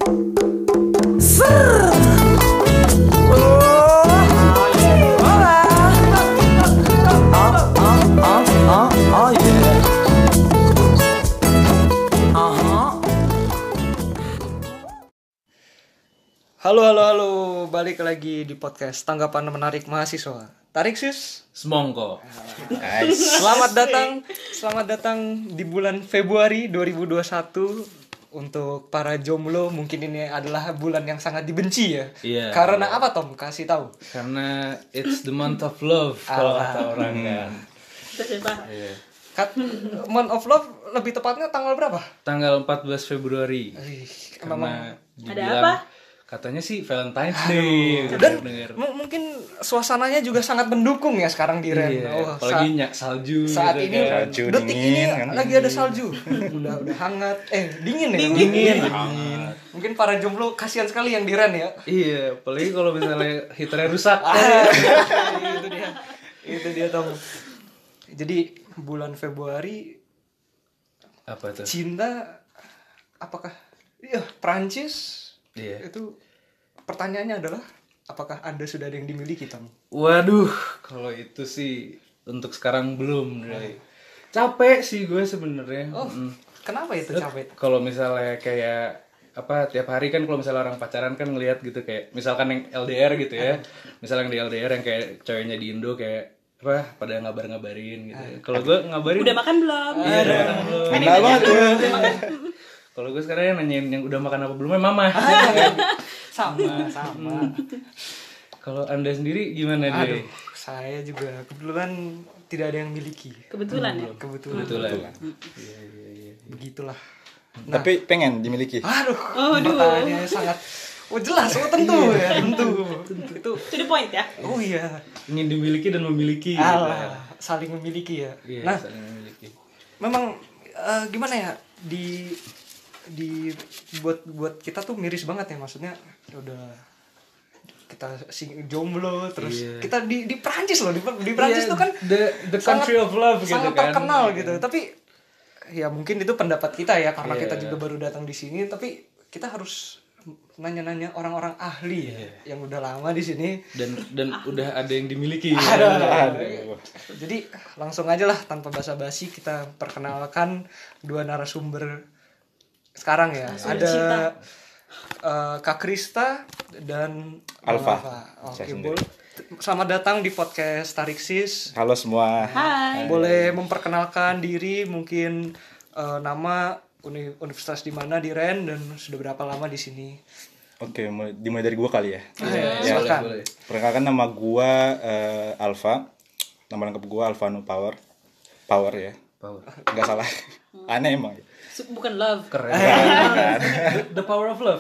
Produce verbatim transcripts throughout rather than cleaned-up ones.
Halo halo halo, balik lagi di podcast Tanggapan Menarik Mahasiswa. Tarik sus, semongko. Nice. Selamat datang, selamat datang di bulan Februari dua ribu dua puluh satu. Untuk para jomblo mungkin ini adalah bulan yang sangat dibenci ya. Iya. Karena apa Tom? Kasih tahu. Karena it's the month of love kalau kata orang kan. Iya. Kat, month of love lebih tepatnya tanggal berapa? Tanggal empat belas Februari. Ih, Karena memang ada apa? Katanya sih Valentine's Day. Dan m- mungkin suasananya juga sangat mendukung ya sekarang di Ren. Iya, Oh, apalagi saat, nyak salju saat gitu ini kan. Salju detik dingin, ini kan? lagi ada salju. udah udah hangat. Eh, dingin ya. Dingin. Dingin. Dingin. Mungkin para jomblo kasihan sekali yang di Ren ya. Iya, apalagi kalau misalnya heaternya rusak. Ah, itu dia. Itu dia Tom. Jadi bulan Februari Apa tuh? cinta apakah iya Prancis Iya. itu pertanyaannya adalah apakah Anda sudah ada yang dimiliki Tom? Waduh, kalau itu sih untuk sekarang belum, Dray. Capek sih gue sebenarnya. Oh, Mm. kenapa itu capek? Kalau misalnya kayak apa tiap hari kan kalau misalnya orang pacaran kan ngelihat gitu kayak misalkan yang L D R gitu ya. Misalnya yang di L D R yang kayak ceweknya di Indo kayak apa pada ngabar-ngabarin gitu. Kalau gue ngabarin Udah makan belum? Iya, udah makan belum. Kenal banget tuh. Kalau gue sekarang yang nanyain yang udah makan apa belum ya mama. Sama, sama. Kalau Anda sendiri gimana Aduh, deh? saya juga kebetulan tidak ada yang miliki. Kebetulan ya? Kebetulan. Kebetulan. Begitulah. Tapi pengen dimiliki. Aduh, Oh, aduh. pertanyaannya sangat oh jelas, oh tentu ya, tentu. Itu To the point ya? oh iya. Ingin dimiliki dan memiliki gitu. Alah, saling memiliki ya. Iya, Nah, saling memiliki. memang eh, gimana ya di di buat buat kita tuh miris banget ya, maksudnya udah kita sing jomblo terus Iya. kita di di Prancis loh, di, di Prancis Iya, tuh kan the the country sangat- of love gitu sangat kan. terkenal gitu. Tapi ya mungkin itu pendapat kita ya karena Iya. kita juga baru datang di sini, tapi kita harus nanya-nanya orang-orang ahli ya Iya. yang udah lama di sini. dan dan udah ada yang dimiliki. Aduh. Jadi langsung aja lah tanpa basa-basi kita perkenalkan dua narasumber sekarang ya. Narasumber Ada cinta. eh, Kak Krista dan Bang Alfa. Oke, Saya sendiri. boleh. Selamat datang di podcast Tarik Sis. Halo semua. Hai. Boleh memperkenalkan diri, mungkin eh, nama, uni- universitas di mana di Ren dan sudah berapa lama di sini. Oke, mulai- dimulai dari gua kali ya. Ya, Ya, silakan. boleh. Perkenalkan nama gua eh, Alfa. Nama lengkap gua Alvano Power. Power ya. Power. Enggak salah. Aneh emang. Su- Bukan love. Keren. the, the power of love.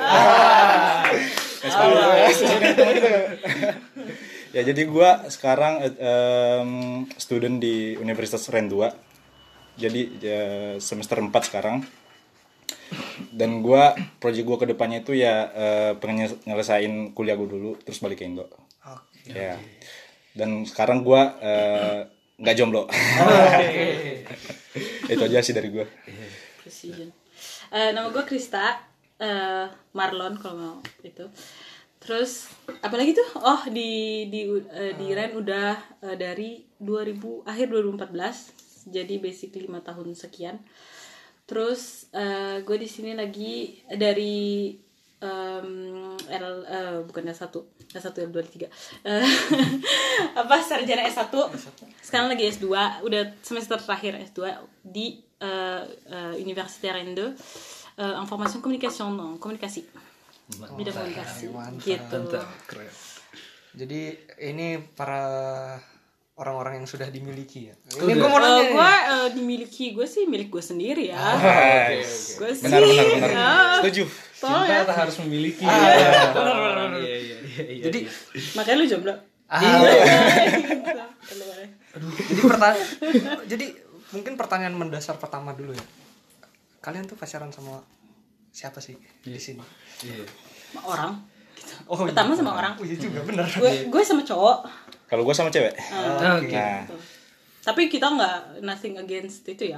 Ya jadi gua sekarang eh, em, student di Universitas Ren dua. Jadi ya, semester empat sekarang. Dan gua project gua ke depannya itu ya eh, pengen nyes- nyelesain kuliah gua dulu terus balik ke Indo. Oke. Ya. Dan sekarang gua eh, nggak jomblo. Itu aja sih dari gua. Precision. Eh, nama gue Krista, eh, Marlon kalau mau itu. Terus apa lagi tuh? Oh di di eh, di Ren udah eh, dari dua ribu akhir dua ribu empat belas, jadi basically lima tahun sekian. Terus eh, gue di sini lagi dari um, L eh, bukan S satu S satu L dua tiga Eh, apa sarjana S satu sekarang lagi S dua udah semester terakhir S dua di uh, uh, Université Rennes deux uh, information communication non, komunikasi bidang komunikasi mantap. gitu. Mantap, keren. Jadi ini para orang-orang yang sudah dimiliki ya. Udah. Ini gue mau Uh, nanya gue nih. uh, dimiliki gue sih milik gue sendiri ya. Oke, oke. Gue sih Benar benar benar. ah, Setuju. tolong Cinta ya. tak harus memiliki. Ah, ya. benar, benar, benar. Iya, iya, iya, iya. Jadi Makanya lu jomblo. ah, Keluar. jadi pertanyaan jadi mungkin pertanyaan mendasar pertama dulu ya. Kalian tuh pacaran sama siapa sih di sini? Iya. Sama orang. Oh, Pertama iya. sama orang. Oh, iya juga benar. Gue gue sama cowok. Kalau gua sama cewek. Ah, Oke. Nah, Tuh. Tapi kita nggak nothing against itu ya.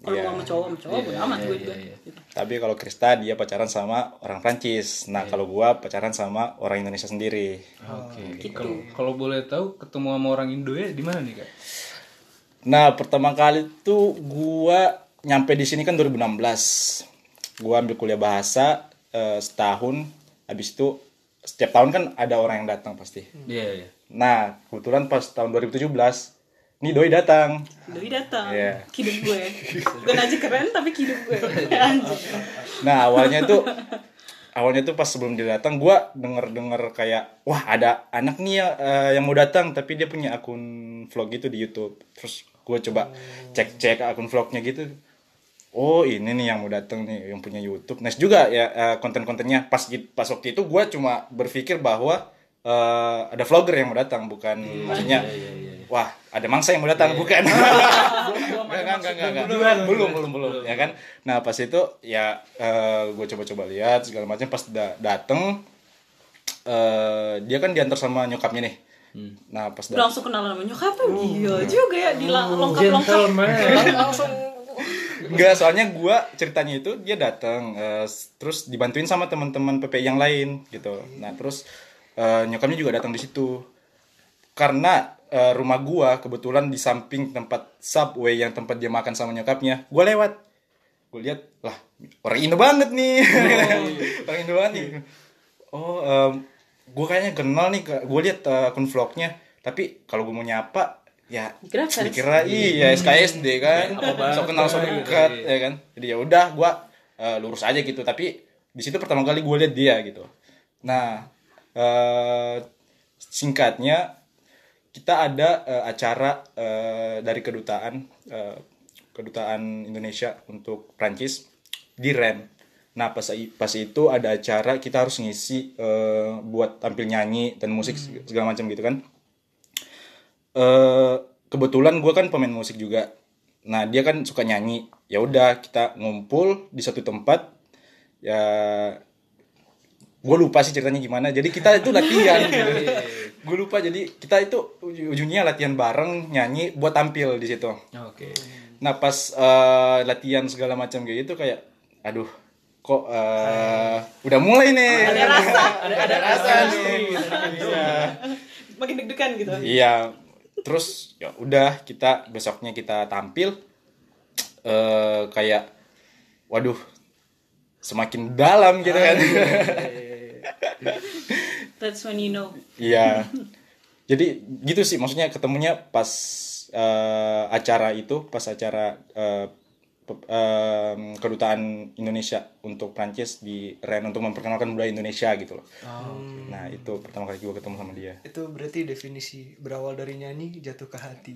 Kalau Iya. mau sama cowok, sama cowok, bodo amat gue juga. Gitu. Tapi kalau Krista dia pacaran sama orang Prancis. Nah, kalau gua pacaran sama orang Indonesia sendiri. Oke. Gitu. Kalau kalau boleh tahu ketemu sama orang Indo ya di mana nih, Kak? Nah, pertama kali tuh gua nyampe di sini kan dua ribu enam belas. Gua ambil kuliah bahasa eh, setahun. Habis itu setiap tahun kan ada orang yang datang pasti. Iya, iya. Nah, kebetulan pas tahun dua ribu tujuh belas nih doi datang. Doi datang, Iya. kiduk gue. Bukan aja keren, tapi kiduk gue. Anjir. Nah, awalnya tuh awalnya tuh pas sebelum dia datang gua denger-denger kayak wah, ada anak nih ya eh, yang mau datang tapi dia punya akun vlog gitu di YouTube. Terus gua coba cek-cek akun vlognya gitu. Oh, ini nih yang mau datang nih yang punya YouTube. Nice juga ya eh, konten-kontennya. Pas pas waktu itu gua cuma berpikir bahwa eh, ada vlogger yang mau datang, bukan maksudnya wah, ada mangsa yang mau datang, bukan. Enggak, enggak, enggak, enggak. Belum, belum, belum, ya kan. Nah, pas itu ya gue coba-coba lihat segala macam. Pas da- dateng eh, dia kan diantar sama nyokapnya nih. Nah, pas Udah dateng langsung kenal sama nyokapnya. Gila juga ya, di lengkap-lengkap. langsung enggak, soalnya gue ceritanya itu dia datang eh, terus dibantuin sama teman-teman P P I yang lain gitu. Nah, terus eh, nyokapnya juga datang di situ. Karena eh, rumah gua kebetulan di samping tempat Subway yang tempat dia makan sama nyokapnya, gua lewat, gua lihat lah orang Indo banget nih, orang Indo banget nih. Oh, em, gua kayaknya kenal nih, gua lihat eh, akun vlognya. Tapi kalau gua mau nyapa, ya Dikira fans. dikira iya S K S D kan, so kenal so dekat, ya kan. Jadi ya udah, gua eh, lurus aja gitu. Tapi di situ pertama kali gua lihat dia gitu. Nah, eh, singkatnya kita ada uh, acara uh, dari kedutaan uh, kedutaan Indonesia untuk Prancis di Rennes. Nah, pas pas itu ada acara kita harus ngisi uh, buat tampil nyanyi dan musik segala macam gitu kan. Uh, kebetulan gue kan pemain musik juga. Nah, dia kan suka nyanyi. Ya udah, kita ngumpul di satu tempat. Ya gue lupa sih ceritanya gimana. Jadi kita itu latihan gitu. Gue lupa, jadi kita itu ujungnya latihan bareng nyanyi buat tampil di situ. Oke. Nah, pas uh, latihan segala macam kayak gitu kayak aduh, kok uh, udah mulai nih. Ada rasa. ada, ada rasa nih. Iya. Makin deg-degan gitu. Iya. Terus ya udah, kita besoknya kita tampil uh, kayak waduh, semakin dalam gitu kan. That's when you know. Iya. Jadi gitu sih, maksudnya ketemunya pas uh, acara itu, pas acara uh, pe- um, kedutaan Indonesia untuk Prancis di Rennes untuk memperkenalkan budaya Indonesia gitu loh. Oh, Nah, itu pertama kali gue ketemu sama dia. itu berarti definisi berawal dari nyanyi jatuh ke hati.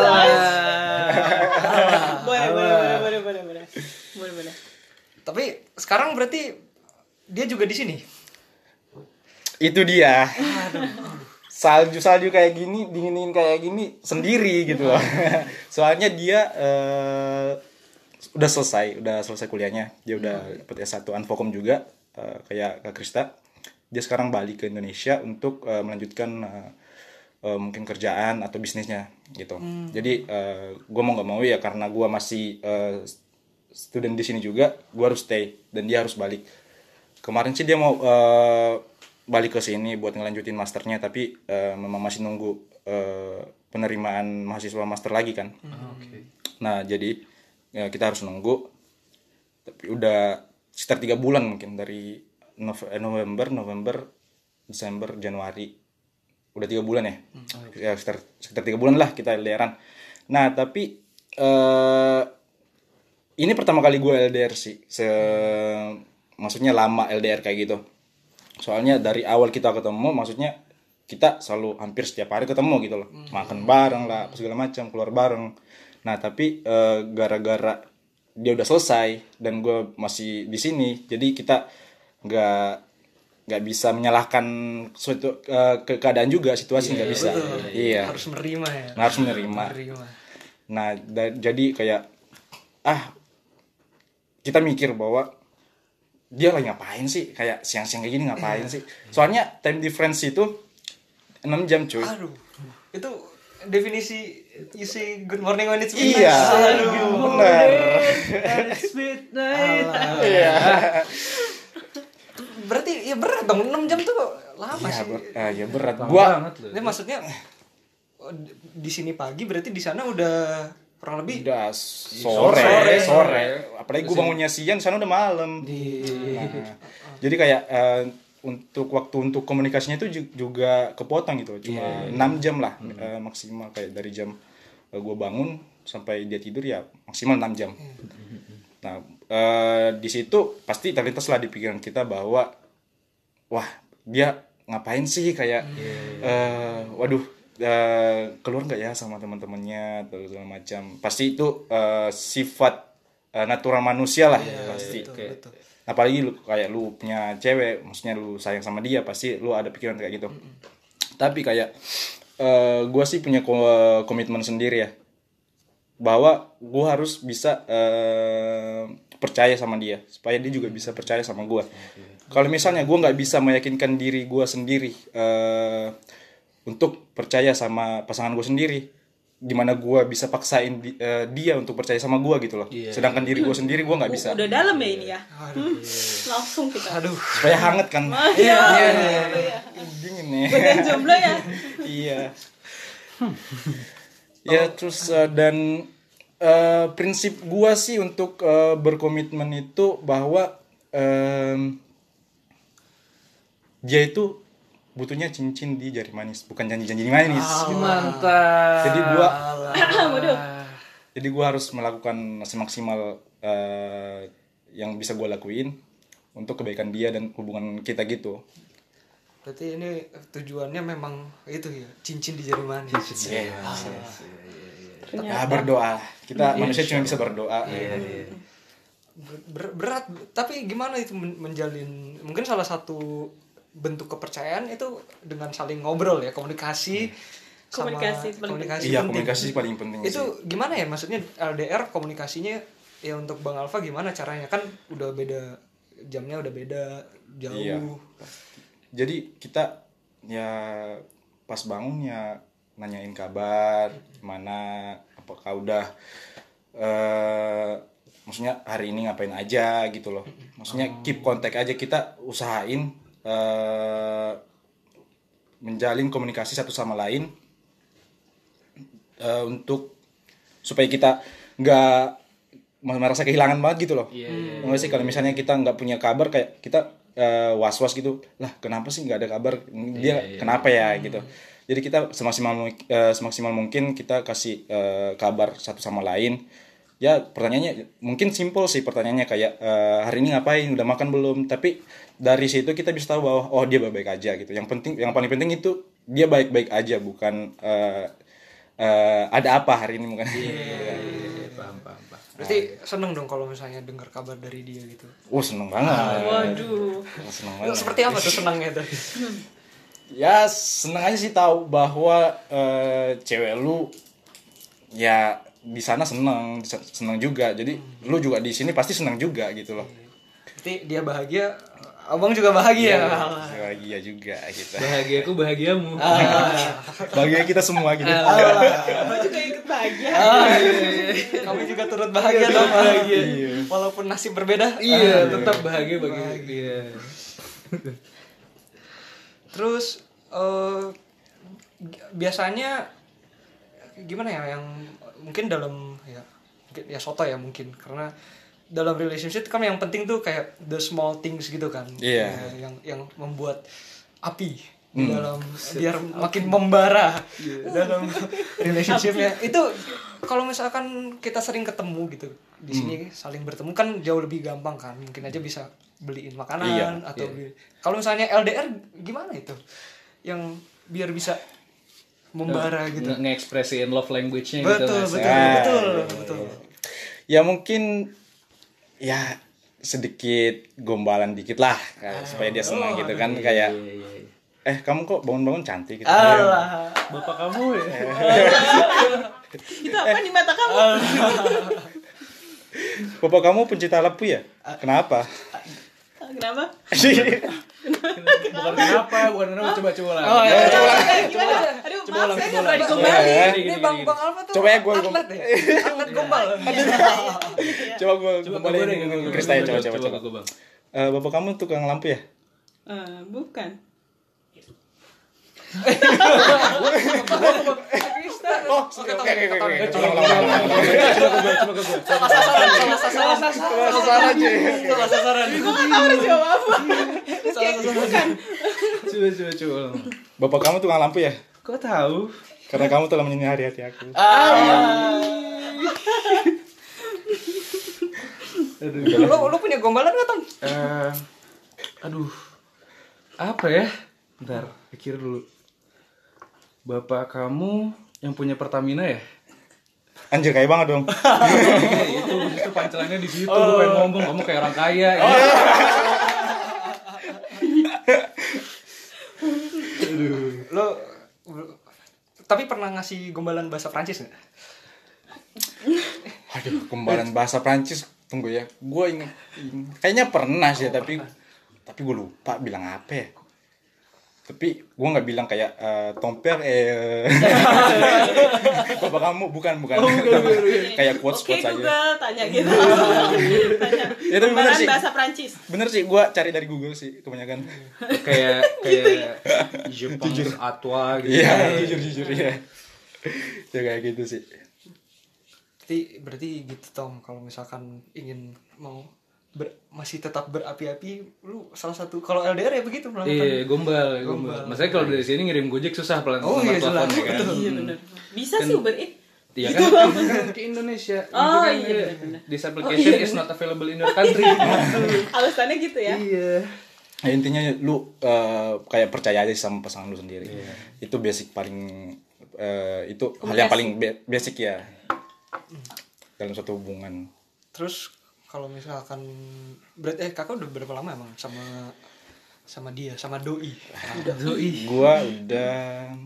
Boleh, boleh, boleh, boleh, boleh, boleh. Boleh, boleh. Tapi sekarang berarti dia juga di sini. Itu dia. Salju-salju kayak gini, dinginin kayak gini sendiri gitu loh. Soalnya dia uh, udah selesai, udah selesai kuliahnya. Dia udah dapat S satu Unfocom juga, uh, kayak Kak Krista. Dia sekarang balik ke Indonesia untuk uh, melanjutkan uh, uh, mungkin kerjaan atau bisnisnya gitu. Jadi uh, gue mau nggak mau ya, karena gue masih uh, student di sini juga, gue harus stay dan dia harus balik. Kemarin sih dia mau uh, balik ke sini buat ngelanjutin masternya, tapi uh, memang masih nunggu uh, penerimaan mahasiswa master lagi kan. Oke. Nah, jadi ya, kita harus nunggu. Tapi udah sekitar tiga bulan mungkin, dari Nove- November, November, Desember, Januari. Udah tiga bulan ya. Ya sekitar sekitar tiga bulan lah kita L D R-an. Nah, tapi uh, ini pertama kali gue L D R sih. Se maksudnya lama L D R kayak gitu. Soalnya dari awal kita ketemu, maksudnya kita selalu hampir setiap hari ketemu gitu loh. Makan bareng lah, apa segala macam, keluar bareng. Nah, tapi e, gara-gara dia udah selesai dan gue masih di sini, jadi kita nggak nggak bisa menyalahkan suatu e, ke keadaan juga, situasi nggak bisa. Betul. Iya. Harus menerima ya. Nah, harus menerima. Menerima. Nah, da- jadi kayak ah kita mikir bahwa dia lagi ngapain sih, kayak siang-siang kayak gini ngapain sih. Soalnya time difference itu enam jam cuy. Aduh. Itu definisi you say good morning when it's midnight. Iya, Aduh. benar. It's midnight. Iya. Berarti ya berat dong, enam jam tuh lama Iya, sih. ber- ah, ya berat. Lama Gua banget loh. Ini maksudnya oh, di- di sini pagi berarti di sana udah kurang lebih udah sore, Sore. sore. Apalagi gue bangunnya siang, sana udah malam. Nah, jadi kayak eh, untuk waktu untuk komunikasinya itu ju- juga kepotong gitu, cuma enam jam lah eh, maksimal, kayak dari jam eh, gue bangun sampai dia tidur ya maksimal enam jam. Nah, eh, di situ pasti terlintas lah di pikiran kita bahwa wah, dia ngapain sih kayak eh, waduh, eh, keluar nggak ya sama teman-temannya atau segala macam. Pasti itu eh, sifat eh, natural manusia lah, pasti. betul, Kayak- betul. Apalagi lu kayak lu punya cewek, maksudnya lu sayang sama dia, pasti lu ada pikiran kayak gitu. Tapi kayak eh gue sih punya ko- komitmen sendiri ya, bahwa gue harus bisa eh, percaya sama dia, supaya dia juga bisa percaya sama gue. Kalau misalnya gue nggak bisa meyakinkan diri gue sendiri eh, untuk percaya sama pasangan gue sendiri, gimana gue bisa paksain di- eh, dia untuk percaya sama gue gitu loh. Sedangkan diri gue sendiri gue nggak bisa. Udah dalam ya ini ya. Hmm, langsung kita. Aduh. Supaya hangat kan. Iya. Dingin nih. Buat yang jomblo ya. Iya. Ya terus eh, dan eh, prinsip gua sih untuk eh, berkomitmen itu bahwa em, dia itu butuhnya cincin di jari manis, bukan janji-janji manis. Mantap. Jadi gua Waduh. jadi gua harus melakukan semaksimal eh, yang bisa gua lakuin untuk kebaikan dia dan hubungan kita gitu. Berarti ini tujuannya memang itu ya, cincin di jari manis. Ah, berdoa. Kita manusia cuma bisa berdoa. Ber- ber- berat, tapi gimana itu men- menjalin? Mungkin salah satu bentuk kepercayaan itu dengan saling ngobrol ya, komunikasi. sama Komunikasi paling komunikasi Iya, penting. komunikasi paling penting Itu sih. gimana ya, maksudnya L D R komunikasinya ya untuk Bang Alfa gimana caranya? Kan udah beda jamnya, udah beda jauh. Iya. Jadi kita ya pas bangun ya nanyain kabar gimana, apakah udah eh maksudnya hari ini ngapain aja gitu loh. Maksudnya keep kontak aja, kita usahain eh menjalin komunikasi satu sama lain eh untuk supaya kita nggak merasa kehilangan banget gitu loh. Iya. Nggak sih, kalau misalnya kita nggak punya kabar, kayak kita eh, was-was gitu, lah kenapa sih nggak ada kabar dia, kenapa ya gitu. Jadi kita semaksimal mu- eh, semaksimal mungkin kita kasih eh, kabar satu sama lain. Ya pertanyaannya mungkin simpel sih, pertanyaannya kayak eh, hari ini ngapain, udah makan belum. Tapi dari situ kita bisa tahu bahwa oh dia baik-baik aja gitu. Yang penting, yang paling penting itu dia baik-baik aja, bukan eh, eh, ada apa hari ini, bukan. Paham, paham, paham. Berarti seneng dong kalau misalnya dengar kabar dari dia gitu. Oh seneng banget. Waduh. Seneng Itu banget. seperti apa tuh senangnya tuh? Ya seneng aja sih tahu bahwa eh, cewek lu ya di sana seneng, di sa- seneng juga. Jadi lu juga di sini pasti seneng juga gitu loh. Berarti dia bahagia, abang juga bahagia. Bahagia juga kita. Bahagiaku bahagiamu. Bahagia kita semua gitu. Kamu juga ikut bahagia. Kami juga turut bahagia dong. Walaupun nasib berbeda. Iya, tetap bahagia bagi dia. Terus eh, gi- biasanya gimana ya, yang mungkin dalam ya mungkin ya soto ya mungkin, karena dalam relationship kan yang penting tuh kayak the small things gitu kan. Iya. Ya, yang yang membuat api di dalam biar makin membara dalam relationshipnya. Itu kalau misalkan kita sering ketemu gitu di sini saling bertemu kan jauh lebih gampang kan, mungkin aja bisa beliin makanan Iya, atau beli- kalau misalnya L D R gimana itu yang biar bisa membara gitu. Nge- Nge-ekspresiin love language-nya gitu. Betul, Mas. betul, Ah, betul, betul. Ya mungkin ya sedikit gombalan dikit lah kayak, supaya dia senang gitu kan, kayak eh kamu kok bangun-bangun cantik gitu. Alah. Bapak kamu ya. Itu apa di mata kamu? Bapak kamu pencinta lapu ya? Kenapa? Kenapa? Bukan kenapa, bukan kenapa, coba coba lah. Oh, iya. Coba gimana? Aduh, maaf saya nggak pernah digombalin. Ya, Ini Bang Bang Alfa tuh Coba ya, gua- gua- atlet ya. Atlet gombal. Coba gue Coba kembali gue deh, gue- gue- Krista ya, gue- coba coba coba coba. gue, Bang. Eh, bapak kamu tukang lampu ya? Eh, bukan. Oh, oke oke oke oke. Coba gue, coba gue, coba gue. Salah sasaran, salah sasaran. Salah sasaran aja. Salah sasaran. Gue nggak tahu harus jawab apa. Terus kayak bukan. Coba coba coba. Bapak kamu tukang lampu ya? Kok tahu? Karena kamu telah menyinari hati aku. Aduh. Lo lo punya gombalan nggak Tom? Eh, aduh, apa ya? Bentar, pikir dulu. Bapak kamu yang punya Pertamina ya? Anjir kaya banget dong. itu itu pancelannya di situ. Gue pengen ngomong kamu kayak orang kaya. Gitu. Lo tapi pernah ngasih gombalan bahasa Prancis nggak? Aduh, gombalan bahasa Prancis. Tunggu ya. Gue ingat kayaknya pernah sih, tapi tapi gue lupa bilang apa ya. Tapi gue nggak bilang kayak uh, tomper eh bapak kamu bukan bukan, kayak quotes Oke, quotes aja. Google tanya gitu. Tanya. Ya, tapi bener Gombalan sih. bahasa Prancis. Bener sih, gue cari dari Google sih kebanyakan. kayak kayak Jepang atwa gitu. Iya, jujur jujur ya. Ya kayak gitu sih. Berarti berarti gitu Tom, kalau misalkan ingin mau ber, masih tetap berapi-api, lu salah satu kalau L D R ya begitu melakukan. Iya, gombal, gombal. Gombal. Maksudnya kalau dari sini ngirim Gojek susah pelan Oh, iya, telepon jelas. ya kan. Betul. Iya benar. Bisa sih Uber Eats. Iya kan, kan ke Indonesia. Oh, Gitu kan, iya, ya. benar-benar. This application Oh, iya. is not available in your country. Alasannya gitu ya. Iya. Nah, intinya lu uh, kayak percaya aja sama pasangan lu sendiri. Itu basic paling uh, itu hal yang paling be- basic ya dalam suatu hubungan. Terus kalau misalkan berarti eh kakak udah berapa lama emang sama sama dia, sama doi? Udah doi. Gua udah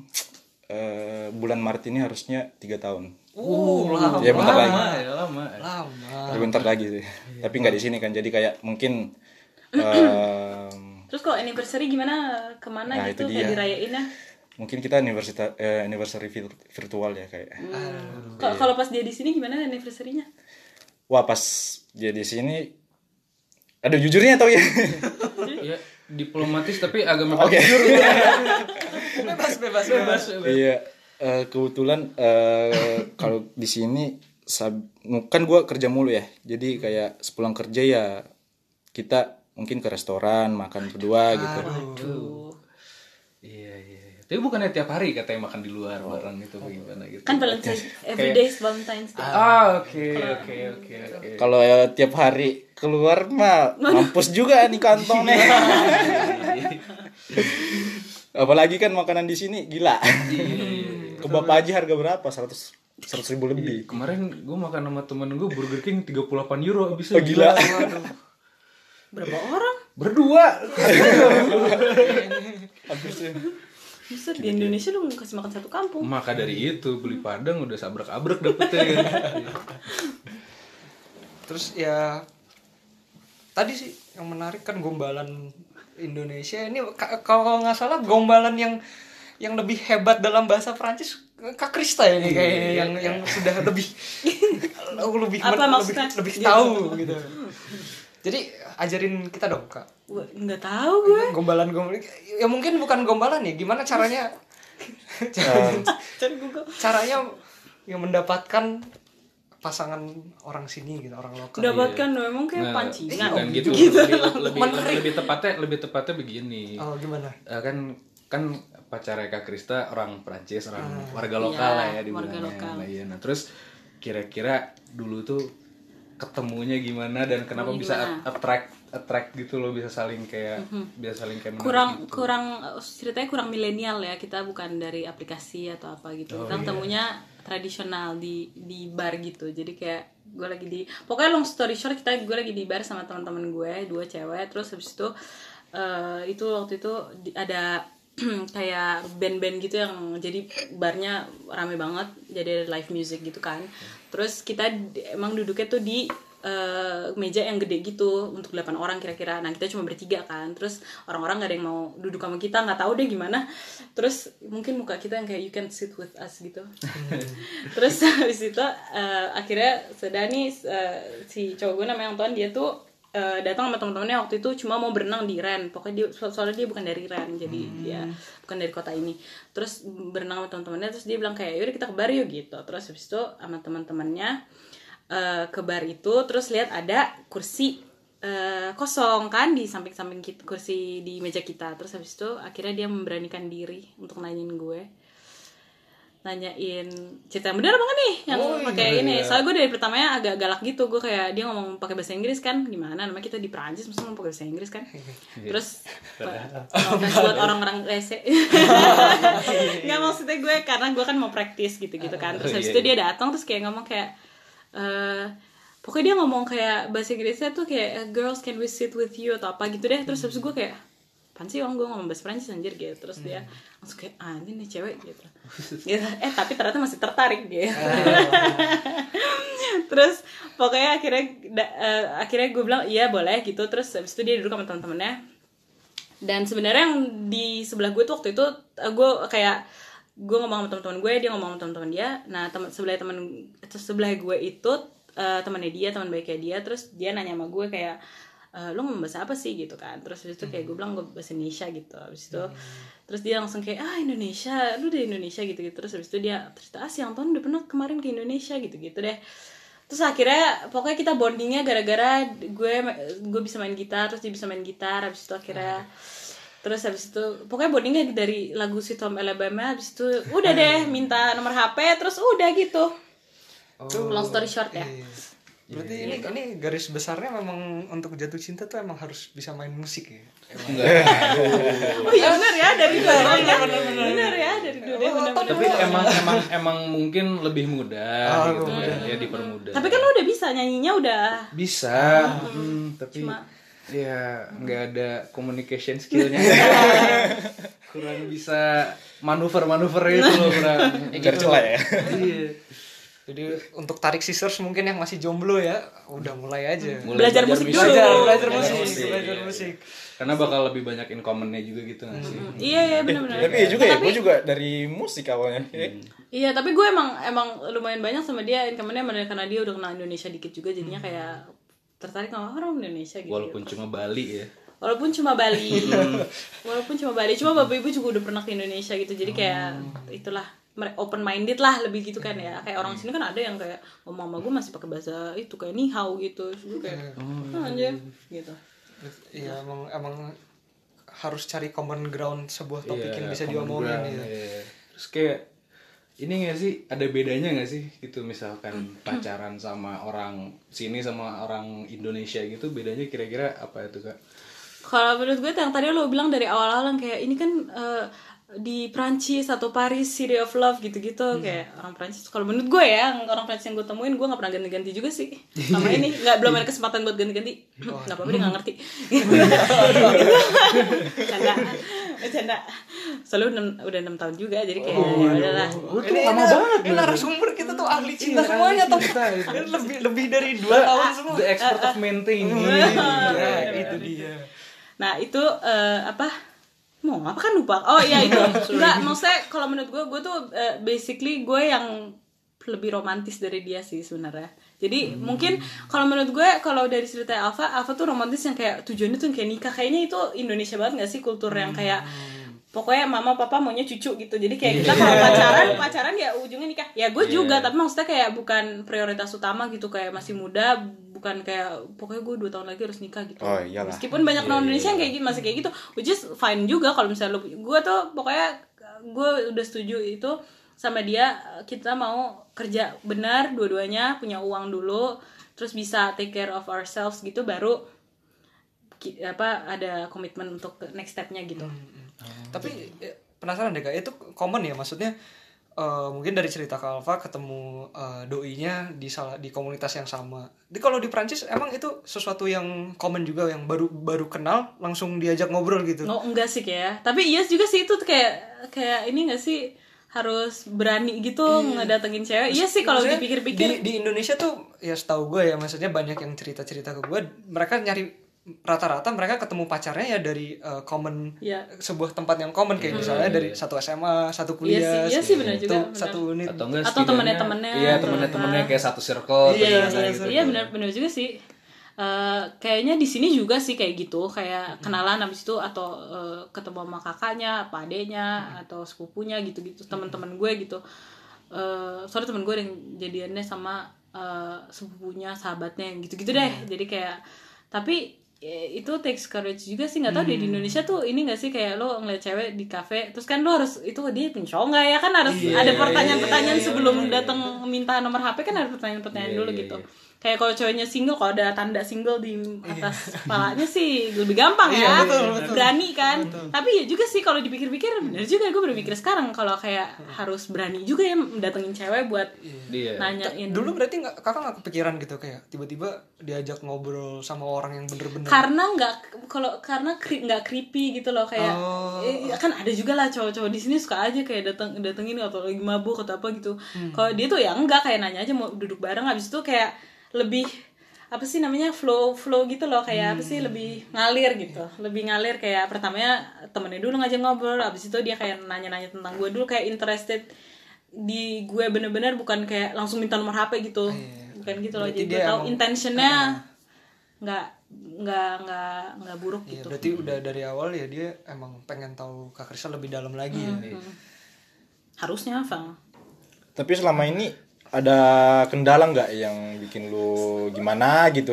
uh, bulan Maret ini harusnya tiga tahun. Uh, lama. Ya bentar lagi. Lama, ya, lama. Lama. Tapi bentar lagi sih. Tapi nggak di sini kan. Jadi kayak mungkin um, Terus kalau anniversary gimana? Kemana Nah, gitu itu kayak dia. dirayainnya? mungkin kita anniversary eh, anniversary vir- virtual ya kayak. Kalau kalau pas dia di sini gimana anniversary-nya? Wah, pas dia di sini aduh jujurnya tau ya. Ya, diplomatis tapi agak mepet. Oke. Bebas, bebas, bebas. Iya, eh, kebetulan eh, kalau di sini sab- kan gue kerja mulu ya, jadi kayak sepulang kerja ya kita mungkin ke restoran makan berdua gitu. Aduh. Iya, iya. Tapi bukannya tiap hari katanya makan di luar bareng gitu bagaimana gitu. Kan Valentine's every day is Valentine's Day. Ah, oke, oke, oke, oke. Kalau ya, tiap hari keluar mah mampus juga nih kantong nih. Apalagi kan makanan di sini gila. Kebab aja harga berapa? seratus seratus ribu lebih. Kemarin gue makan sama temen gue Burger King tiga puluh delapan euro habisnya. Oh, gila. Berapa orang? Berdua. Habisnya. Bisa di Indonesia lu kasih makan satu kampung. Maka dari itu beli Padang udah sabrak-abrek dapetnya. Terus ya tadi sih yang menarik kan gombalan Indonesia ini ka- kalau nggak salah gombalan yang yang lebih hebat dalam bahasa Prancis Kak Krista ya nih kayaknya yang yang sudah lebih lebih Apa men- maksudnya? lebih lebih tahu gitu. Jadi ajarin kita dong Kak. Gua nggak tahu gue. Gombalan gombalan ya mungkin bukan gombalan ya, gimana caranya Cari Google. caranya yang mendapatkan pasangan orang sini gitu, orang lokal. Dapatkan memang kayak Nah, pancingan. bukan gitu. Gitu. Lebih, lebih, Menarik. lebih tepatnya lebih tepatnya begini. Oh gimana? Eh, kan kan pacarnya Kak Krista orang Prancis, orang warga Iya, lokal lah ya warga dibilangnya. lokal. Nah, iya. Nah, terus kira-kira dulu tuh ketemunya gimana dan kenapa Gimana? bisa at- attract attract gitu loh, bisa saling kayak bisa saling kayak menarik kurang gitu. kurang eh, ceritanya kurang milenial ya, kita bukan dari aplikasi atau apa gitu. Oh, Kita iya. ketemunya tradisional di di bar gitu. Jadi kayak gue lagi di pokoknya long story short, kita gue lagi di bar sama teman-teman gue, dua cewek. Terus habis itu eh, itu waktu itu di- ada kayak band-band gitu yang jadi barnya rame banget, jadi ada live music gitu kan. Terus kita di- emang duduknya tuh di uh, meja yang gede gitu untuk delapan orang kira-kira. Nah kita cuma bertiga kan, terus orang-orang nggak ada yang mau duduk sama kita, nggak tahu deh gimana. Terus mungkin muka kita yang kayak you can sit with us gitu. Terus habis itu uh, akhirnya sedani uh, si cowok gue namanya Anton, dia tuh Uh, datang sama teman-temannya waktu itu cuma mau berenang di Ren. Pokoknya dia so- soalnya dia bukan dari Ren, jadi hmm. dia bukan dari kota ini. Terus berenang sama teman-temannya, terus dia bilang kayak yaudah kita ke bar yuk gitu. Terus habis itu sama teman-temannya uh, ke bar itu, terus lihat ada kursi uh, kosong kan di samping-samping kita, kursi di meja kita. Terus habis itu akhirnya dia memberanikan diri untuk nanyain gue, nanyain cerita yang bener apa nggak nih yang oh, pakai iya, ini. iya. Soalnya gue dari pertamanya agak galak gitu, gue kayak dia ngomong pakai bahasa Inggris kan, gimana namanya kita di Perancis mesti ngomong pakai bahasa Inggris kan. Terus offense buat orang-orang rese nggak, maksudnya gue karena gue kan mau praktis gitu-gitu kan. Terus habis itu dia datang terus kayak ngomong kayak uh, pokoknya dia ngomong kayak bahasa Inggrisnya tuh kayak girls can we sit with you atau apa gitu deh. Terus habis itu gue kayak apaan sih orang gue ngomong bahasa Prancis anjir gitu. Terus dia langsung kayak ah ini nih cewek gitu, gitu. Eh tapi ternyata masih tertarik gitu. Terus pokoknya akhirnya uh, akhirnya gue bilang iya boleh gitu. Terus habis itu dia duduk sama teman-temannya, dan sebenarnya yang di sebelah gue tuh waktu itu uh, gue kayak gue ngomong sama teman-teman gue, dia ngomong sama teman-teman dia. Nah teman sebelah teman sebelah gue itu uh, temannya dia, teman baiknya dia. Terus dia nanya sama gue kayak Uh, lu ngomong bahasa apa sih gitu kan. Terus habis itu kayak gue bilang gue bahasa Indonesia gitu. Habis itu hmm. terus dia langsung kayak ah Indonesia, lu dari Indonesia gitu-gitu. Terus habis itu dia cerita ah si Anton udah pernah kemarin ke Indonesia gitu-gitu deh. Terus akhirnya pokoknya kita bondingnya gara-gara gue gue bisa main gitar, terus dia bisa main gitar. Habis itu akhirnya hmm. terus habis itu pokoknya bondingnya dari lagu Sweet Home Alabama. Habis itu udah deh minta nomor H P, terus udah gitu. Oh, long story short ya. Iya. Berarti yeah, ini yeah. ini garis besarnya memang untuk jatuh cinta tuh emang harus bisa main musik ya. Oh iya benar ya dari dua ya. Benar ya dari dua dia benar. Tapi emang emang emang mungkin lebih mudah oh, gitu mudah. ya, ya dipermudah. Tapi kan lo udah bisa nyanyinya udah. Bisa. Hmm, hmm, tapi cuma ya nggak ada communication skillnya. Kurang bisa manuver-manuver itu loh, kurang. Cari celah ya. Iya. Jadi untuk tarik scissors mungkin yang masih jomblo ya, udah mulai aja. Mulai belajar, belajar musik dulu. Belajar, belajar belajar musik, musik. belajar musik. Karena bakal lebih banyak in common-nya juga gitu nggak sih? Mm-hmm. Iya iya benar-benar. Tapi ya juga ya, gue juga dari musik awalnya. Hmm. Iya tapi gue emang emang lumayan banyak sama dia in common-nya, karena dia udah kenal Indonesia dikit juga, jadinya kayak tertarik sama orang Indonesia gitu. Walaupun gitu. cuma Bali ya. Walaupun cuma Bali, walaupun cuma Bali, cuma bapak ibu juga udah pernah ke Indonesia gitu, jadi kayak oh. itulah open minded lah lebih gitu kan ya. Kayak orang sini kan ada yang kayak ngomong sama gue masih pakai bahasa itu kayak ni hao gitu, gue kayak oh, anjir gitu. Iya emang emang harus cari common ground sebuah topik yeah, yang bisa diomongin ya. Yeah. Terus kayak ini nggak sih, ada bedanya nggak sih gitu misalkan pacaran sama orang sini sama orang Indonesia gitu, bedanya kira-kira apa itu Kak? Kalau menurut gue yang tadi lo bilang dari awal-awal kayak ini kan uh, di Prancis atau Paris City of Love gitu-gitu, hmm. kayak orang Prancis. Kalau menurut gue ya orang Prancis yang gue temuin, gue nggak pernah ganti-ganti juga sih sama ini, nggak belum ada kesempatan buat ganti-ganti. Nggak apa-apa dia nggak ngerti. Canda, canda. Soalnya udah enam tahun juga, jadi kayak oh, ya udahlah. Ini lama banget. Ini narasumber kita tuh ahli cinta iya, semuanya tuh. Lebih lebih dari dua tahun semua. The expert of maintaining. Nah, itu dia. Nah itu uh, apa? Mau apa kan lupa. Oh iya itu. Enggak, maksudnya kalau menurut gue, gue tuh uh, basically gue yang lebih romantis dari dia sih sebenarnya. Jadi hmm. mungkin kalau menurut gue, kalau dari cerita Alfa, Alfa tuh romantis yang kayak tujuannya tuh kayak nikah. Kayaknya itu Indonesia banget gak sih kultur yang kayak pokoknya mama papa maunya cucu gitu. Jadi kayak kita kalau pacaran, pacaran ya ujungnya nikah. Ya gue juga, yeah. tapi maksudnya kayak bukan prioritas utama gitu, kayak masih muda, bukan kayak pokoknya gue dua tahun lagi harus nikah gitu. Oh, iyalah. Meskipun banyak orang yeah, Indonesia yang kayak gitu, masih kayak gitu, which is fine juga kalau misalnya lu, gue tuh pokoknya gue udah setuju itu sama dia, kita mau kerja benar dua-duanya, punya uang dulu, terus bisa take care of ourselves gitu, baru apa ada komitmen untuk next stepnya gitu. Hmm. Hmm. Tapi ya, penasaran deh Kak, itu common ya, maksudnya uh, mungkin dari cerita Kak Alfa ketemu uh, doinya di salah di komunitas yang sama. Jadi kalau di Prancis emang itu sesuatu yang common juga, yang baru baru kenal langsung diajak ngobrol gitu. Oh enggak sih kayak. Tapi iya juga sih itu kayak kayak ini enggak sih, harus berani gitu ngedatengin cewek. Iya sih kalau Maksudnya, dipikir-pikir. di, di Indonesia tuh ya setahu gue ya, maksudnya banyak yang cerita-cerita ke gue, mereka nyari rata-rata mereka ketemu pacarnya ya dari uh, common Ya. sebuah tempat yang common kayak misalnya dari satu S M A, satu kuliah, Iya sih, iya sih, benar itu juga, benar. satu unit. Atau enggak Atau setidaknya- temennya-temennya Iya, atau temennya-temennya apa. kayak satu circle atau Iya, gimana iya, gitu. iya benar benar juga sih. Eh, kayaknya di sini juga sih kayak gitu, kayak kenalan habis itu atau eh, ketemu sama kakaknya, apa adeknya atau sepupunya gitu-gitu, teman-teman gue gitu. Eh, soalnya teman gue yang jadiannya sama eh, sepupunya, sahabatnya gitu-gitu deh. Jadi kayak tapi eh, itu takes courage juga sih, nggak tahu deh di Indonesia tuh ini nggak sih kayak lo ngeliat cewek di kafe terus kan lo harus itu dia punya cowok nggak ya kan harus ada pertanyaan-pertanyaan sebelum datang minta nomor H P kan ada pertanyaan-pertanyaan dulu gitu. Kayak kalau ceweknya single, kalau ada tanda single di atas kepalanya sih lebih gampang ya, berani kan. Tapi ya juga sih kalau dipikir-pikir bener juga, gue baru mikir sekarang kalau kayak harus berani juga ya datengin cewek buat Iya. nanyain. Dulu berarti nggak, kakak nggak kepikiran gitu kayak tiba-tiba diajak ngobrol sama orang yang bener-bener Karena nggak kalau karena kri- nggak creepy gitu loh kayak Oh. eh, kan ada juga lah cowok-cowok di sini suka aja kayak datang datengin atau lagi mabuk atau apa gitu. Kalau dia tuh ya enggak, kayak nanya aja mau duduk bareng, habis itu kayak lebih apa sih namanya flow flow gitu loh kayak apa sih lebih ngalir gitu, lebih ngalir kayak pertamanya temennya dulu ngajak ngobrol, habis itu dia kayak nanya-nanya tentang gue dulu kayak interested di gue bener-bener, bukan kayak langsung minta nomor H P gitu, bukan gitu loh. Berarti Jadi gue dia tahu emang- intentionnya nggak nggak nggak nggak buruk Iya, gitu. berarti udah dari awal ya dia emang pengen tahu Kak Kristal lebih dalam lagi ya. Harusnya Fang. Tapi selama ini ada kendala nggak yang bikin lu gimana gitu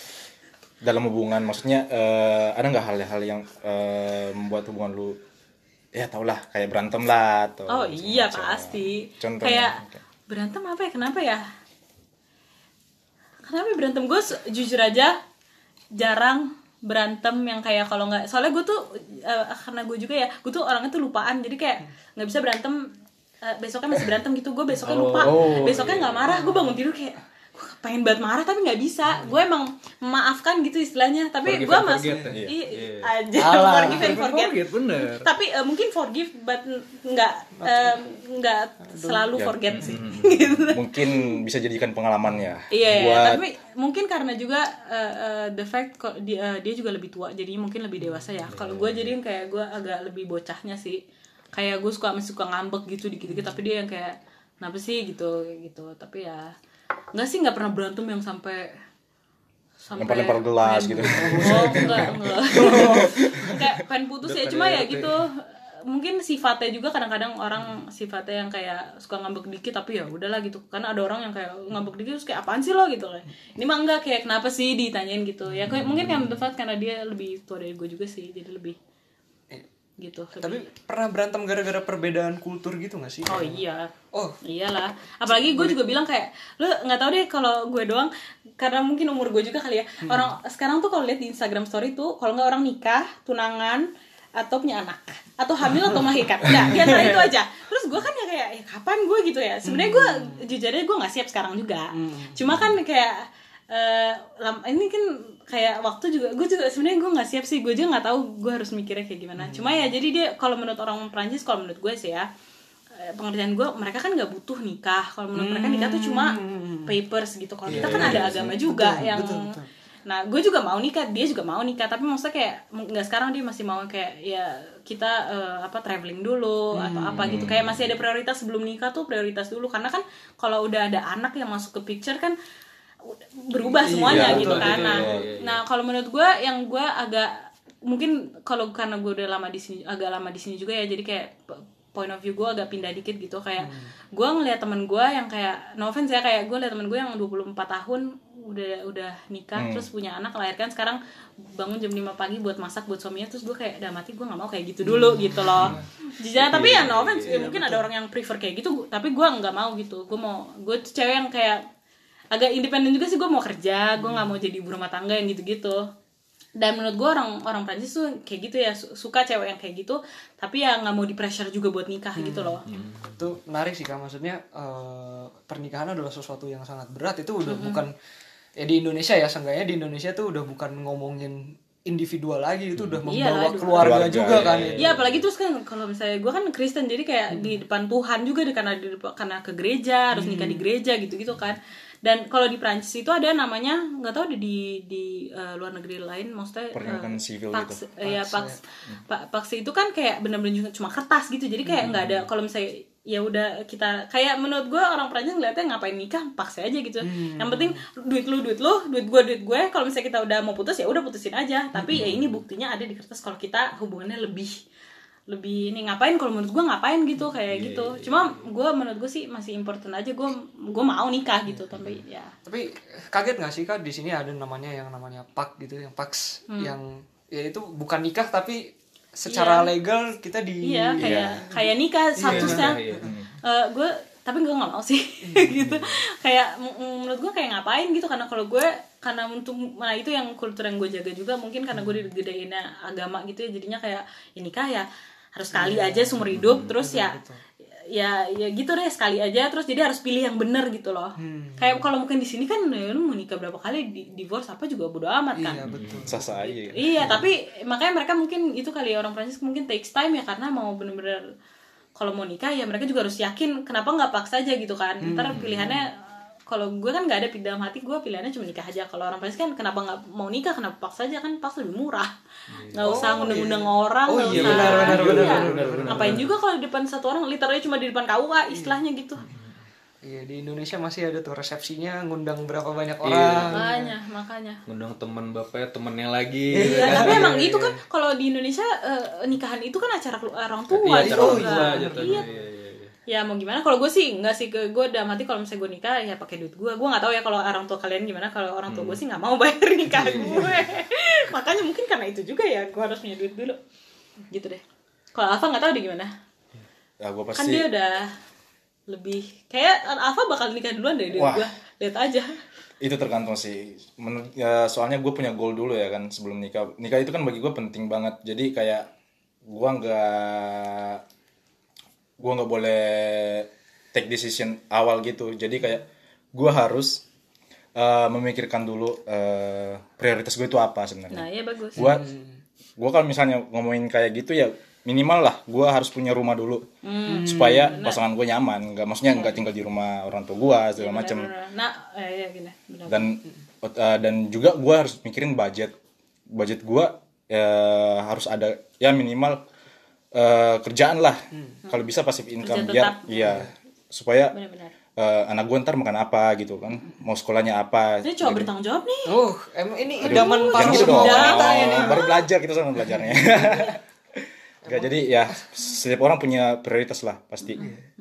dalam hubungan? Maksudnya eh, ada nggak hal-hal yang eh, membuat hubungan lu ya tau lah kayak berantem lah atau Oh iya macam-macam. pasti. Contohnya, Kayak oke. berantem apa ya? Kenapa ya? Kenapa ya berantem? Gue se- jujur aja jarang berantem yang kayak kalau nggak, soalnya gue tuh eh, karena gue juga ya, gue tuh orangnya tuh lupaan, jadi kayak nggak bisa berantem eh, besoknya masih berantem gitu. Gue besoknya lupa, Oh, besoknya nggak marah, gue bangun tidur kayak gue pengen banget marah tapi nggak bisa. Gue emang memaafkan gitu istilahnya, tapi Forgive gue and masih forget ya? i- Iya. aja Alah. forgive and forget. Forget, bener. Tapi eh, mungkin forgive but nggak eh, nggak selalu forget sih gitu. Mungkin bisa jadikan pengalaman ya Iya, iya, buat tapi mungkin karena juga uh, uh, the fact kok dia, dia juga lebih tua, jadinya mungkin lebih dewasa ya. Kalau gue jadi kayak gue agak lebih bocahnya sih. Kayak gue suka masih suka ngambek gitu dikit-dikit, tapi dia yang kayak kenapa sih gitu gitu. Tapi ya nggak sih, nggak pernah berantem yang sampai sampai lempar-lempar gelas gitu. Oh enggak enggak. Kayak pengen putus ya, cuma ya gitu. Mungkin sifatnya juga kadang-kadang orang sifatnya yang kayak suka ngambek dikit tapi ya udahlah gitu. Karena ada orang yang kayak ngambek dikit terus kayak apaan sih lo gitu kayak. Ini mah enggak, kayak kenapa sih ditanyain gitu. Ya kayak mungkin kan the fact karena dia lebih tua dari gue juga sih, jadi lebih gitu. Tapi lebih- pernah berantem gara-gara perbedaan kultur gitu gak sih? Oh iya. Oh, Iyalah. Apalagi gue juga bilang kayak lu nggak tahu deh kalau gue doang, karena mungkin umur gue juga kali ya. Orang sekarang tuh kalau lihat di Instagram story tuh kalau nggak orang nikah, tunangan, atau punya anak, atau hamil atau melahirkan, udah di antara itu aja. Terus gue kan ya kayak ya kapan gue gitu ya. Sebenarnya gue jujur aja gue nggak siap sekarang juga. Cuma kan kayak eh, lam- ini kan kayak waktu juga gue juga sebenarnya gue nggak siap sih. Gue juga nggak tahu gue harus mikirnya kayak gimana. Cuma ya jadi dia kalau menurut orang Prancis, kalau menurut gue sih ya, eh, pengertian gue mereka kan nggak butuh nikah. Kalau menurut mereka nikah tuh cuma papers gitu. Kalau kita kan ada agama juga yang nah gue juga mau nikah, dia juga mau nikah, tapi maksudnya kayak nggak sekarang, dia masih mau kayak ya kita eh, apa traveling dulu atau apa gitu, kayak masih ada prioritas sebelum nikah tuh, prioritas dulu. Karena kan kalau udah ada anak yang masuk ke picture kan udah berubah semuanya Iya, gitu betul, kan. betul, Nah, iya, iya, iya. nah kalau menurut gue yang gue agak mungkin kalau karena gue udah lama di sini, agak lama di sini juga ya, jadi kayak point of view gue agak pindah dikit gitu. Kayak hmm. gue ngeliat temen gue yang kayak no offense ya, kayak gue liat temen gue yang dua puluh empat tahun udah udah nikah, hmm. terus punya anak, melahirkan, sekarang bangun jam lima pagi buat masak buat suaminya. Terus gue kayak udah mati, gue nggak mau kayak gitu dulu gitu loh. Jujur, tapi ya no offense, ya, mungkin ada orang yang prefer kayak gitu, tapi gue nggak mau gitu. Gue mau, gue tuh cewek yang kayak agak independen juga sih. Gue mau kerja, gue nggak mau jadi ibu rumah tangga yang gitu-gitu. Dan menurut gue orang orang Prancis tuh kayak gitu ya, suka cewek yang kayak gitu, tapi ya nggak mau di pressure juga buat nikah hmm. gitu loh. itu menarik sih Kak. Maksudnya eh, pernikahan adalah sesuatu yang sangat berat. Itu udah hmm. bukan ya di Indonesia ya, seenggaknya di Indonesia tuh udah bukan ngomongin individual lagi, itu udah membawa Iyalah, keluarga, keluarga, juga ya, kan. ya, Iya, apalagi terus kan kalau misalnya gue kan Kristen, jadi kayak di depan Tuhan juga di karena di depan- karena ke gereja harus nikah di gereja gitu-gitu kan. Dan kalau di Prancis itu ada namanya, nggak tahu di di, di uh, luar negeri lain, maksudnya Pernikahan uh, sivil pax, gitu. uh, ya pax, pa- pax itu kan kayak benar-benar cuma kertas gitu, jadi kayak nggak ada, kalau misalnya ya udah kita kayak menurut gue orang Prancis ngeliatnya ngapain nikah, paksa aja gitu. Yang penting duit lu duit lu, duit gue duit gue. Kalau misalnya kita udah mau putus ya udah putusin aja. Tapi ya ini buktinya ada di kertas kalau kita hubungannya lebih lebih ini ngapain, kalau menurut gue ngapain gitu kayak gitu. Cuma gue menurut gue sih masih important aja, gue gue mau nikah gitu, tapi ya Tapi kaget nggak sih Kak, di sini ada namanya yang namanya pak gitu, yang pax, yang ya itu bukan nikah tapi secara Iya. legal kita di iya kayak kayak nikah statusnya. iya. Eh, gue tapi gue nggak mau sih gitu, kayak m- m- menurut gue kayak ngapain gitu, karena kalau gue karena untuk nah itu yang kultur yang gue jaga juga, mungkin karena gue digedeinnya agama gitu ya, jadinya kayak ya nikah ya harus sekali aja seumur hidup, terus ya ya ya gitu deh sekali aja, terus jadi harus pilih yang benar gitu loh. Kayak kalau mungkin di sini kan ya, lu mau nikah berapa kali di divorce apa juga bodo amat kan. Iya betul. Sasa aja gitu. Iya, tapi makanya mereka mungkin itu kali ya, orang Prancis mungkin takes time ya, karena mau bener-bener kalau mau nikah ya mereka juga harus yakin, kenapa nggak paksa aja gitu kan. Ntar pilihannya, kalau gue kan nggak ada di dalam hati gue pilihannya cuma nikah aja. Kalau orang Prancis kan kenapa nggak mau nikah, kenapa paksa aja, kan paksa lebih murah, nggak usah ngundang-ngundang orang, Oh, nggak iya, usah. benar, benar, Iya. benar, benar, benar, Ngapain juga kalau di depan satu orang, literally cuma di depan K U A istilahnya gitu. Iya, di Indonesia masih ada tuh resepsinya ngundang berapa banyak Iya. orang. Makanya, makanya. Ngundang teman bapaknya, temennya lagi. Ya, tapi emang gitu kan, kalau di Indonesia eh, nikahan itu kan acara kelu- orang tua Iya, gitu cara kan. tua jatuhnya. Iya. Iya, iya, iya. Ya mau gimana, kalau gue sih enggak sih, ke gue dalam hati kalau misalnya gue nikah ya pakai duit gue. Gue nggak tahu ya kalau orang tua kalian gimana. Kalau orang tua gue sih nggak mau bayar nikah gue. Makanya mungkin karena itu juga ya gue harus punya duit dulu. Gitu deh. Kalau Alfa nggak tahu deh gimana. Ya gue Kan pasti dia udah lebih kayak Alfa bakal nikah duluan dari duit Wah. gue. Lihat aja. itu tergantung sih. Menurut ya, soalnya gue punya goal dulu ya kan sebelum nikah. Nikah itu kan bagi gue penting banget. Jadi kayak gue nggak gue nggak boleh take decision awal gitu. Jadi kayak gue harus uh, memikirkan dulu uh, prioritas gue itu apa sebenarnya. Nah ya bagus. Gue gue kalau misalnya ngomongin kayak gitu ya minimal lah gue harus punya rumah dulu Hmm, supaya pasangan gue nyaman. Nggak maksudnya nggak tinggal di rumah orang tua gue segala macam. Bener-bener. Nah eh, ya gini. Bener. Dan uh, dan juga gue harus mikirin budget budget gue uh, harus ada ya minimal uh, kerjaan lah, kalau bisa passive income Kerja biar tetap. iya supaya Bener-bener. uh, anak gue ntar makan apa gitu kan, mau sekolahnya apa. Ini cowok bertanggung jawab nih. Oh, emang ini idaman para Jangan gitu semua dong. wanita ini. Baru belajar kita sama belajarnya. Gak, jadi ya setiap orang punya prioritas lah pasti.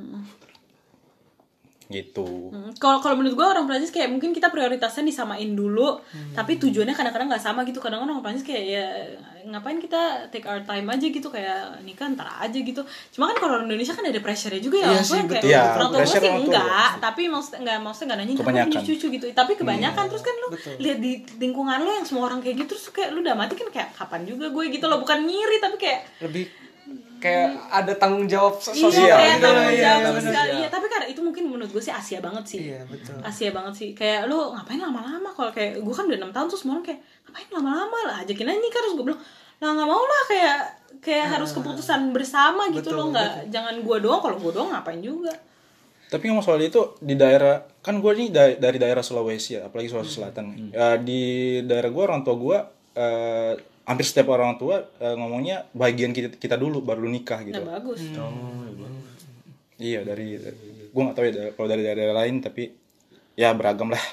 Gitu. Hmm, Kalau kalau menurut gue orang Prancis kayak mungkin kita prioritasnya disamain dulu, tapi tujuannya kadang-kadang nggak sama gitu. Kadang-kadang orang Prancis kayak ya ngapain kita take our time aja gitu, kayak nikah ntar aja gitu. Cuma kan kalau orang Indonesia kan ada pressure-nya juga ya. Iya Orang sih, tua kayak betul, Iya, orang tua gue pressure sih orang tua. enggak, tapi maksud enggak maksudnya enggak nanya kamu Kebanyakan. punya cucu gitu. Tapi kebanyakan terus kan lu lihat di lingkungan lu yang semua orang kayak gitu, terus kayak lu udah mati kan kayak kapan juga gue gitu loh, bukan ngiri tapi kayak Lebih kayak ada tanggung jawab iya sosial kayak gitu. tanggung Iya, jawab bener. sosial. Iya, tapi karena itu mungkin menurut gue sih Asia banget sih. Iya, betul. Asia banget sih. Kayak lu ngapain lama-lama, kalau kayak gue kan udah enam tahun terus semua orang kayak ngapain lama-lama lah, ajakin aja nikah, terus gue bilang lah nggak mau lah, kayak kayak harus keputusan bersama gitu betul, loh, nggak jangan gue doang, kalau gue doang ngapain juga. Tapi ngomong soal itu di daerah kan gue nih da- dari daerah Sulawesi ya, apalagi Sulawesi Selatan. Ya, di daerah gue orang tua gue eh, hampir setiap orang tua eh, ngomongnya bagian kita, kita dulu baru nikah gitu. Nah bagus. Iya dari gue nggak tahu ya da- kalau dari daerah lain tapi ya beragam lah.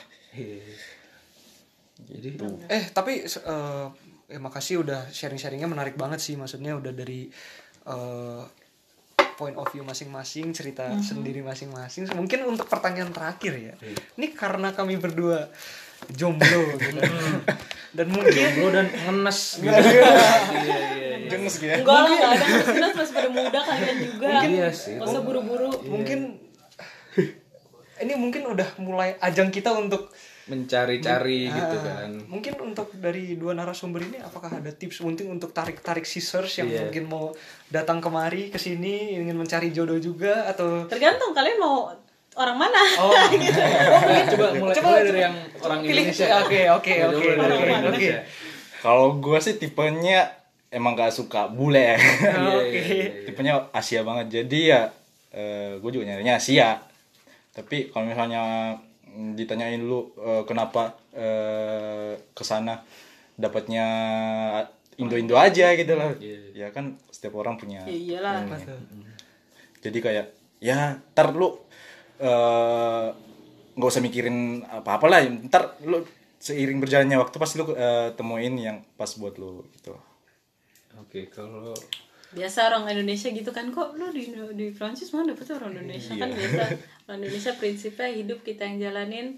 Jadi Eh tapi eh ya makasih udah sharing-sharingnya, menarik banget sih. Maksudnya udah dari eh, point of view masing-masing, cerita sendiri masing-masing. Mungkin untuk pertanyaan terakhir ya, ini karena kami berdua jomblo gitu, dan mungkin jomblo dan ngenes gitu. Jenges gitu ya. Enggak lah, nggak ada, kita masih pada muda kalian juga. Iya sih. Nggak usah buru-buru. mungkin ini mungkin udah mulai ajang kita untuk Mencari-cari gitu Ah, kan. mungkin untuk dari dua narasumber ini apakah ada tips mungkin untuk tarik-tarik scissors yang Iya. mungkin mau datang kemari ke sini ingin mencari jodoh juga, atau Tergantung kalian mau orang mana. oh Coba mulai, Coba- mulai dari yang orang pilih. Indonesia. Oke, oke, Coba oke, dari oke, orang oke. Indonesia. Kalau gue sih tipenya emang gak suka bule. Oke. Tipenya Asia banget. Jadi ya eh, gue juga nyarinya Asia. Tapi kalau misalnya ditanyain lu eh, kenapa eh, kesana dapatnya Indo-Indo aja gitu lah. Ya kan setiap orang punya. Ya iyalah. ininya. Jadi kayak ya ntar lu eh, nggak usah mikirin apa-apa lah. Ntar lu seiring berjalannya waktu pasti lu uh, temuin yang pas buat lu gitu. Oke, kalau Biasa orang Indonesia gitu kan, kok lu di di Prancis mana dapetnya orang Indonesia kan biasa. Orang Indonesia prinsipnya hidup kita yang jalanin.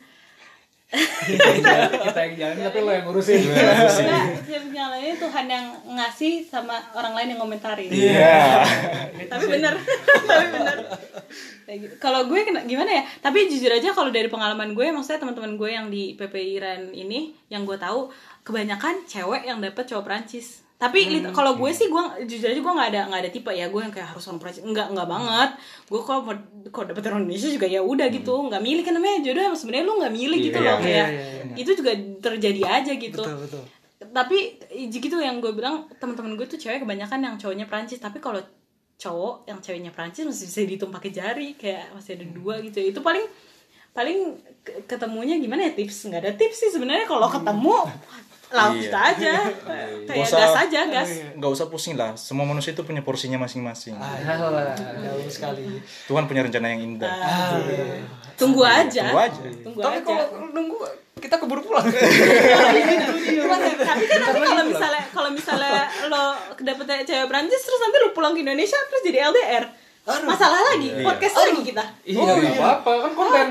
kita yang jalan tapi lo yang ngurusin. Enggak, yang jalanin Tuhan yang ngasih sama orang lain yang ngomentarin. Iya. Tapi bener, tapi bener. Kayak gitu. Kalau gue kena, gimana ya? Tapi jujur aja kalau dari pengalaman gue, maksudnya teman-teman gue yang di P P I R E N ini, yang gue tahu kebanyakan cewek yang dapet cowok Prancis. Tapi hmm. kalau gue sih, gue jujur aja gue nggak ada nggak ada tipe ya gue yang kayak harus orang Prancis. Enggak enggak banget. Gue kalau kalau dapet orang Indonesia juga ya udah gitu. Nggak milih kan namanya jodoh. Sebenarnya lu nggak milih gitu Iya, loh kayak. iya, iya, iya. Itu juga terjadi aja gitu. Betul, betul. Tapi gitu yang gue bilang, teman-teman gue tuh cewek kebanyakan yang cowoknya Prancis. Tapi kalau cowok yang ceweknya Prancis masih bisa dihitung pakai jari, kayak masih ada dua gitu. Itu paling paling ketemunya gimana ya, tips? Nggak ada tips sih sebenarnya kalau ketemu langsung Iya. aja kayak Usah- gas aja gas. Nggak usah pusing lah. Semua manusia itu punya porsinya masing-masing. Alah, jauh sekali. Tuhan punya rencana yang indah. Ah, Tunggu aja. Tunggu aja. Tunggu Tapi aja. kalau nunggu kita keburu pulang. Tapi kan nanti kalau misalnya kalau misalnya lo dapetnya cewek Prancis terus nanti lo pulang ke Indonesia terus jadi L D R. Masalah lagi, podcast lagi kita. Iya, nggak apa-apa kan konten.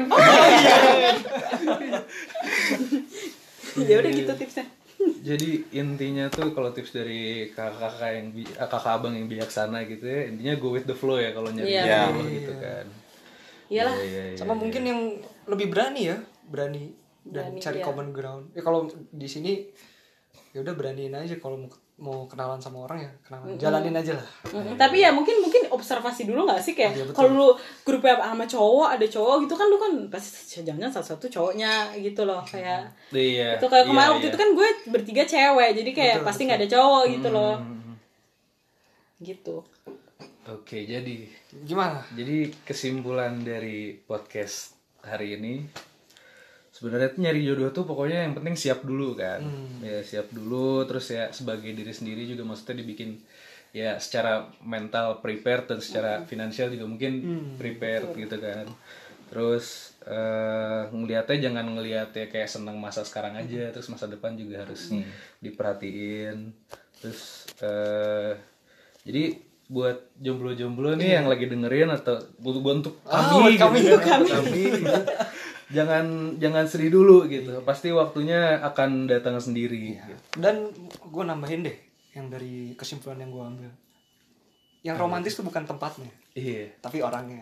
Ya udah gitu tipsnya. Jadi intinya tuh kalau tips dari kakak-kakak yang bi- ah, kakak abang yang bijaksana gitu ya, intinya go with the flow ya kalau nyari Iya. jodoh gitu kan. Iyalah. Iya, iya, iya, Sama iya. mungkin yang lebih berani ya, berani dan Berani, cari iya. common ground. Ya kalau di sini ya udah beraniin aja kalau mau mau kenalan sama orang ya kenalan, jalanin aja lah. Mm-mm. Tapi ya mungkin mungkin observasi dulu nggak sih kayak Iya, betul. kalau lu grupnya sama cowok ada cowok gitu kan lu kan pasti jangan salah satu cowoknya gitu loh kayak Iya. itu kayak kemarin iya, waktu iya. itu kan gue bertiga cewek jadi kayak Betul, pasti nggak ada cowok gitu loh Hmm. gitu. Oke, jadi Gimana? jadi kesimpulan dari podcast hari ini sebenarnya tuh nyari jodoh tuh pokoknya yang penting siap dulu kan. Ya siap dulu, terus ya sebagai diri sendiri juga maksudnya dibikin ya secara mental prepared dan secara finansial juga mungkin prepared gitu kan. Terus eh ngelihatnya jangan ngelihat ya kayak senang masa sekarang aja, terus masa depan juga harus diperhatiin. Terus eh jadi buat jomblo-jomblo nih yang lagi dengerin atau butuh untuk Ah, kami, buat kami, gitu, untuk kan, kami gitu. jangan jangan sedih dulu gitu, pasti waktunya akan datang sendiri. Gitu. Dan gue nambahin deh yang dari kesimpulan yang gue ambil, yang romantis tuh bukan tempatnya Iya. tapi orangnya.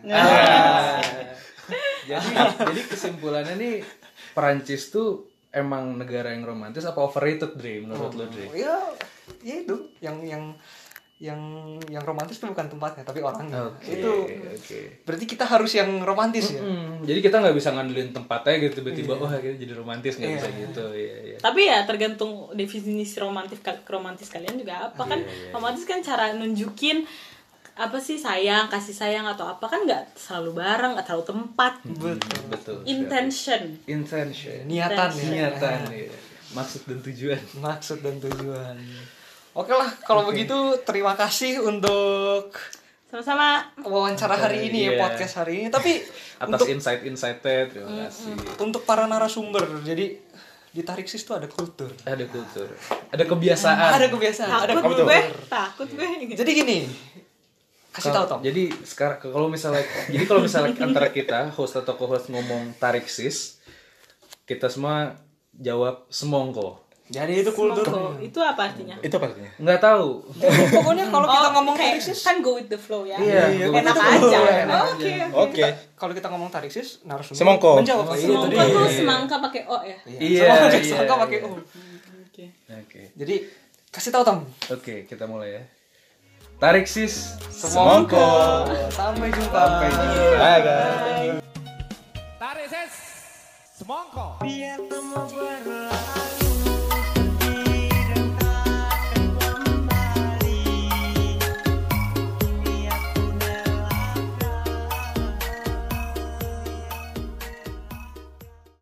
Jadi jadi kesimpulannya nih Perancis tuh emang negara yang romantis apa overrated, Dre, menurut lo, Dre? Ya, ya itu yang yang yang yang romantis tuh bukan tempatnya tapi orangnya. Oke, Itu oke. berarti kita harus yang romantis ya. Hmm, jadi kita nggak bisa ngandelin tempatnya gitu tiba-tiba wah kita jadi romantis nggak bisa gitu. Iya, iya. Tapi ya tergantung definisi romantis romantis kalian juga apa kan. Romantis kan cara nunjukin apa sih sayang, kasih sayang atau apa kan nggak selalu bareng, nggak selalu tempat. Betul. Betul. Intention. Intention. Niatan ya. Niatan, iya. Maksud dan tujuan. Maksud dan tujuan. Oke lah, kalau begitu terima kasih untuk Sama-sama. wawancara hari ini ya, Iya. podcast hari ini. Tapi Atas untuk insight-insightnya terima kasih. untuk para narasumber, jadi di Tariksis tuh ada kultur. Ada kultur, ada kebiasaan. Ada kebiasaan, ada Takut kultur. gue, takut gue. Jadi gini, kasih tahu Tom. Jadi sekarang kalau misalnya jadi kalau misalnya antara kita host atau co-host ngomong Tariksis, kita semua jawab semongko. Jadi itu kultur. Semongko. Itu apa artinya? Itu apa artinya? Nggak tahu. Pokoknya kalau kita ngomong kayak Tariksis, kan go with the flow ya. Iya, Enak go with the aja. flow, enak Oke. Oke. kalau kita ngomong Tariksis, narasumber Semongko. menjawab kayak gitu. Semongko tuh semangka pakai o ya. Iya, Semongko, iya, semongko iya. pakai O. Oke. Oke. Jadi kasih tahu Tom. Oke, kita mulai ya. Tariksis Semongko. Sampai jumpa. Sampai jumpa. Bye guys. Tarik ses semongko. Biar kamu berlari